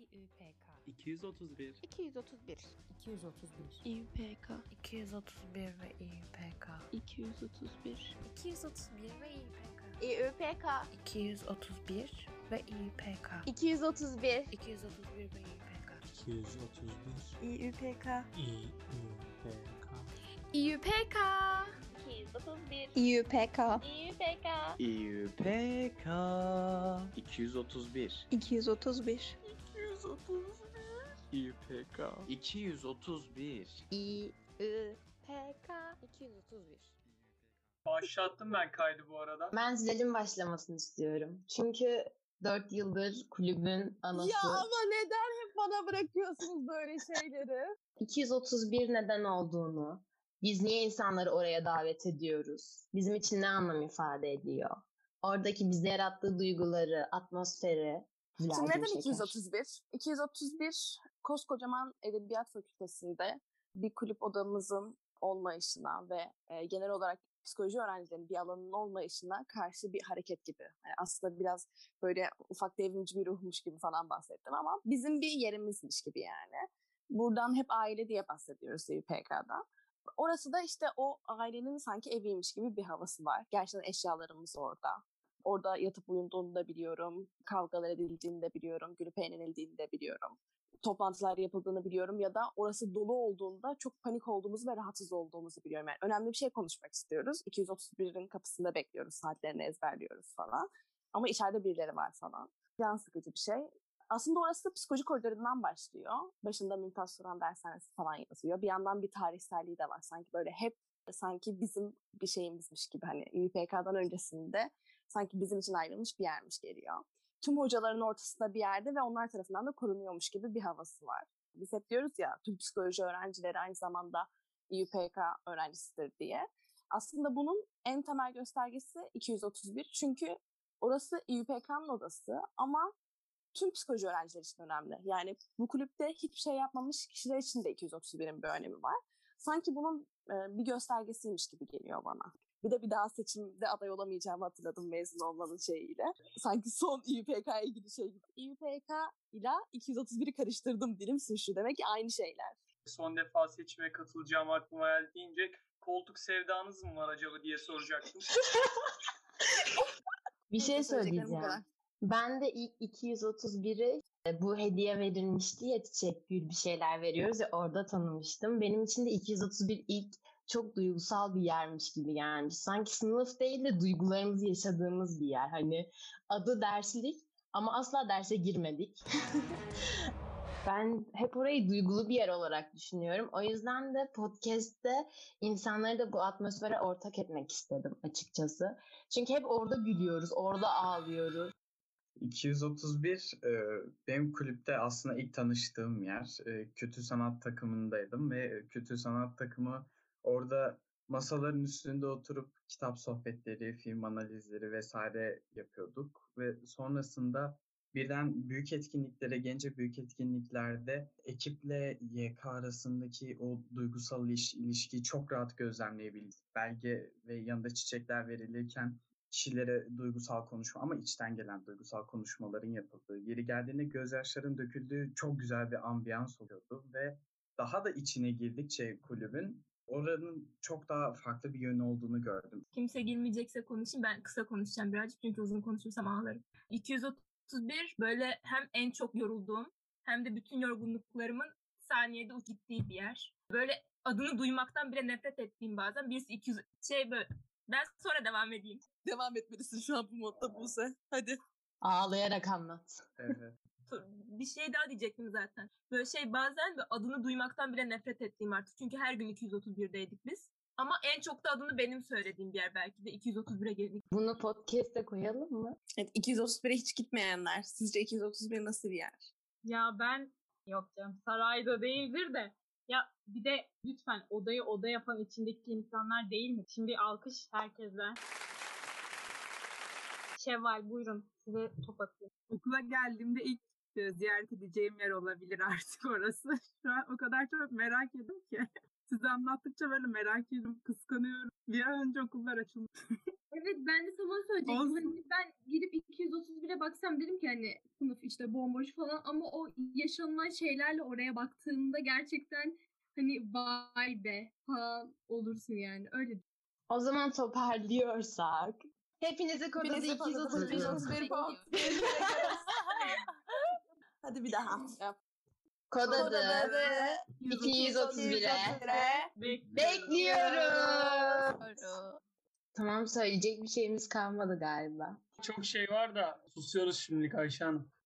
İÜPK 231 231 231 İÜPK 231 ve İÜPK 231 231 ve İÜPK İÜPK 231 ve İÜPK 231 231 ve İÜPK 231 İÜPK İÜPK İÜPK 231 İÜPK İÜPK İÜPK 231 231 İÜPK 231 İÜPK 231 Başlattım ben kaydı bu arada. Ben Zilal'in başlamasını istiyorum. Çünkü 4 yıldır kulübün anası. Ya ama neden hep bana bırakıyorsunuz böyle şeyleri? 231 neden olduğunu, biz niye insanları oraya davet ediyoruz, bizim için ne anlam ifade ediyor, oradaki bize yarattığı duyguları, atmosferi. Şimdi Zilal'cim neden şeker. 231? 231 koskocaman Edebiyat Fakültesi'nde bir kulüp odamızın olmayışına ve genel olarak psikoloji öğrencilerinin bir alanının olmayışına karşı bir hareket gibi. Yani aslında biraz böyle ufak devrimci bir ruhmuş gibi falan bahsettim ama bizim bir yerimizmiş gibi yani. Buradan hep aile diye bahsediyoruz İPK'dan. Orası da işte o ailenin sanki eviymiş gibi bir havası var. Gerçekten eşyalarımız orada. Orada yatıp uyunduğunu da biliyorum. Kavgalar edildiğini de biliyorum. Gülüp eğlenildiğini de biliyorum. Toplantılar yapıldığını biliyorum ya da orası dolu olduğunda çok panik olduğumuzu ve rahatsız olduğumuzu biliyorum. Yani önemli bir şey konuşmak istiyoruz. 231'in kapısında bekliyoruz, saatlerini ezberliyoruz falan. Ama içeride birileri var falan. Can sıkıcı bir şey. Aslında orası da psikoloji koridorundan başlıyor. Başında Mümtaz Suran dershanesi falan yazıyor. Bir yandan bir tarihselliği de var. Sanki bizim bir şeyimizmiş gibi hani İPK'dan öncesinde sanki bizim için ayrılmış bir yermiş geliyor. Tüm hocaların ortasında bir yerde ve onlar tarafından da korunuyormuş gibi bir havası var. Biz hep diyoruz ya tüm psikoloji öğrencileri aynı zamanda İPK öğrencisidir diye. Aslında bunun en temel göstergesi 231. Çünkü orası İPK'nın odası ama tüm psikoloji öğrencileri için önemli. Yani bu kulüpte hiçbir şey yapmamış kişiler için de 231'in bir önemi var. Sanki bunun bir göstergesiymiş gibi geliyor bana. Bir daha seçimde aday olamayacağımı hatırladım mezun olmanın şeyiyle. Sanki son İÜPK'ya ilgili şey gibi. İÜPK ile 231'i karıştırdım, dilim sürçtü. Demek ki aynı şeyler. Son defa seçime katılacağım aklıma geldi deyince koltuk sevdanız mı var acaba diye soracaktım. Bir şey Söyleyeceklerim bu kadar. söyleyeceğim. Ben de ilk 231'i bu hediye verilmişti ya, çiçek, gül bir şeyler veriyoruz ya, orada tanımıştım. Benim için de 231 ilk çok duygusal bir yermiş gibi gelmiş. Sanki sınıf değil de duygularımızı yaşadığımız bir yer. Hani adı derslik ama asla derse girmedik. Ben hep orayı duygulu bir yer olarak düşünüyorum. O yüzden de podcast'te insanları da bu atmosfere ortak etmek istedim açıkçası. Çünkü hep orada gülüyoruz, orada ağlıyoruz. 231 benim kulüpte aslında ilk tanıştığım yer. Kötü sanat takımındaydım ve kötü sanat takımı orada masaların üstünde oturup kitap sohbetleri, film analizleri vesaire yapıyorduk. Ve sonrasında birden büyük etkinliklere, gence büyük etkinliklerde ekiple YK arasındaki o duygusal ilişkiyi çok rahat gözlemleyebildik. Belge ve yanında çiçekler verilirken kişilere duygusal konuşma ama içten gelen duygusal konuşmaların yapıldığı, yeri geldiğinde gözyaşların döküldüğü çok güzel bir ambiyans oluyordu ve daha da içine girdikçe kulübün oranın çok daha farklı bir yönü olduğunu gördüm. Kimse girmeyecekse konuşayım, ben kısa konuşacağım birazcık çünkü uzun konuşursam ağlarım. 231 böyle hem en çok yorulduğum hem de bütün yorgunluklarımın saniyede gittiği bir yer. Böyle adını duymaktan bile nefret ettiğim bazen. Birisi 200 böyle. Ben sonra devam edeyim. Devam etmelisin şu an bu modda Buse. Hadi. Ağlayarak anlat. Evet. Bir şey daha diyecektim zaten. Böyle bazen ve adını duymaktan bile nefret ettiğim artık. Çünkü her gün 231'deydik biz. Ama en çok da adını benim söylediğim bir yer belki de 231'e girdik. Bunu podcast'te koyalım mı? Evet, 231'e hiç gitmeyenler. Sizce 231 nasıl bir yer? Ya ben yok canım sarayda değildir de ya bir de lütfen odayı oda yapan içindeki insanlar değil mi? Şimdi alkış herkese. Şevval buyurun size top atayım. Okula geldiğimde ilk ziyaret edeceğim yer olabilir artık orası. Şu an o kadar çok merak ediyorum ki. Size anlattıkça böyle merak ediyorum, kıskanıyorum. Bir an önce okullar açılmış. Evet ben de sana söyleyecektim. Olsun. Hani ben gidip 231'e baksam dedim ki hani sınıf işte bomboş falan ama o yaşanılan şeylerle oraya baktığımda gerçekten hani vay be falan olursun yani. Öyle. O zaman toparlıyorsak. Hepinize kod adı Hepinize kod adı 231 231 pot. Hadi bir daha. Kod adı 231'e bekliyoruz. Tamam, söyleyecek bir şeyimiz kalmadı galiba. Çok şey var da susuyoruz şimdilik Ayşe Hanım.